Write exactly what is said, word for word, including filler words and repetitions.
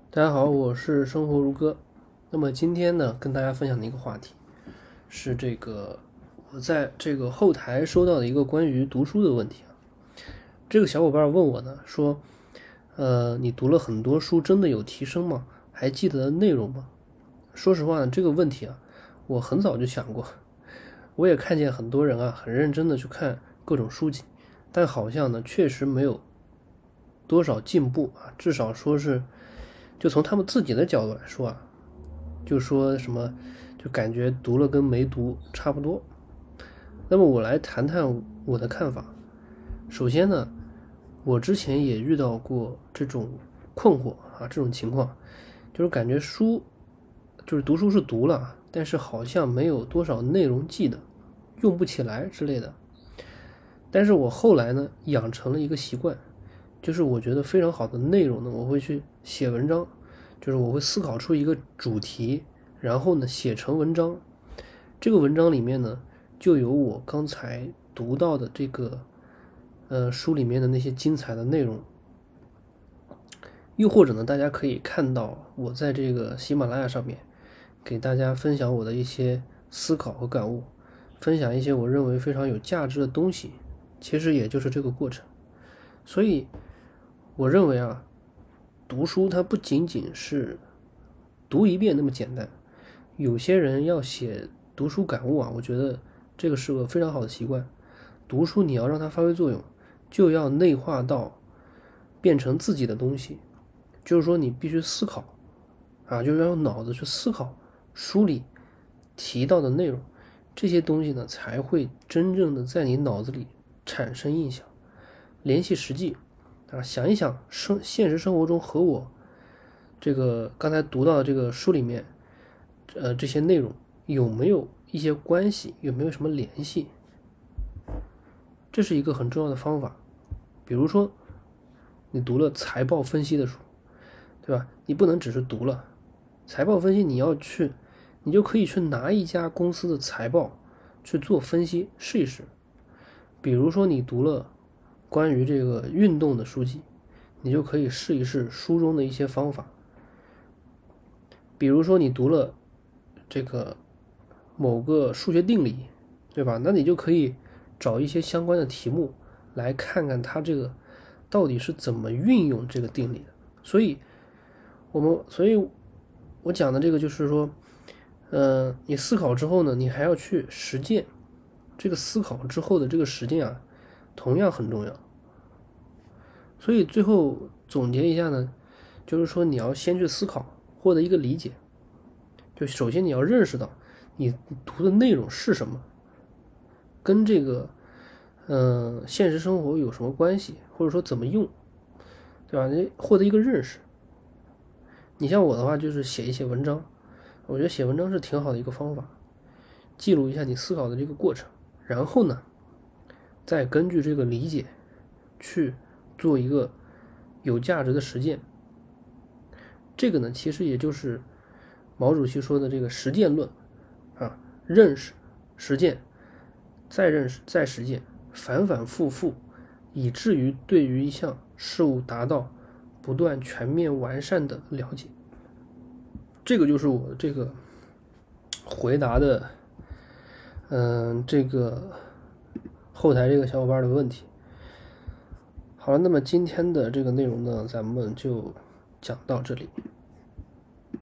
大家好，我是生活如歌。那么今天呢，跟大家分享的一个话题是这个我在这个后台收到的一个关于读书的问题啊。这个小伙伴问我呢，说，呃，你读了很多书，真的有提升吗？还记得内容吗？说实话呢，这个问题啊，我很早就想过，我也看见很多人啊，很认真的去看各种书籍，但好像呢，确实没有多少进步啊，至少说是。就从他们自己的角度来说啊，就说什么，就感觉读了跟没读差不多。那么我来谈谈我的看法。首先呢，我之前也遇到过这种困惑啊，这种情况，就是感觉书，就是读书是读了，但是好像没有多少内容记得，用不起来之类的。但是我后来呢，养成了一个习惯，就是我觉得非常好的内容呢，我会去写文章，就是我会思考出一个主题，然后呢写成文章。这个文章里面呢，就有我刚才读到的这个呃书里面的那些精彩的内容。又或者呢，大家可以看到我在这个喜马拉雅上面给大家分享我的一些思考和感悟，分享一些我认为非常有价值的东西，其实也就是这个过程。所以我认为啊，读书它不仅仅是读一遍那么简单。有些人要写读书感悟啊，我觉得这个是个非常好的习惯。读书你要让它发挥作用，就要内化到变成自己的东西，就是说你必须思考啊，就是要用脑子去思考书里提到的内容，这些东西呢才会真正的在你脑子里产生印象，联系实际啊，想一想生现实生活中和我这个刚才读到的这个书里面，呃，这些内容有没有一些关系，有没有什么联系？这是一个很重要的方法。比如说，你读了财报分析的书，对吧？你不能只是读了财报分析，你要去，你就可以去拿一家公司的财报去做分析，试一试。比如说，你读了关于这个运动的书籍，你就可以试一试书中的一些方法。比如说，你读了这个某个数学定理，对吧？那你就可以找一些相关的题目来看看它这个到底是怎么运用这个定理的。所以，我们，所以我讲的这个就是说，呃，你思考之后呢，你还要去实践。这个思考之后的这个实践啊，同样很重要。所以最后总结一下呢，就是说你要先去思考，获得一个理解。就首先你要认识到你读的内容是什么，跟这个嗯、呃、现实生活有什么关系，或者说怎么用，对吧？你获得一个认识。你像我的话，就是写一写文章，我觉得写文章是挺好的一个方法，记录一下你思考的这个过程，然后呢，再根据这个理解去做一个有价值的实践。这个呢，其实也就是毛主席说的这个实践论啊，认识、实践、再认识、再实践，反反复复，以至于对于一项事物达到不断全面完善的了解。这个就是我这个回答的，嗯、呃，这个后台这个小伙伴的问题。好了，那么今天的这个内容呢，咱们就讲到这里。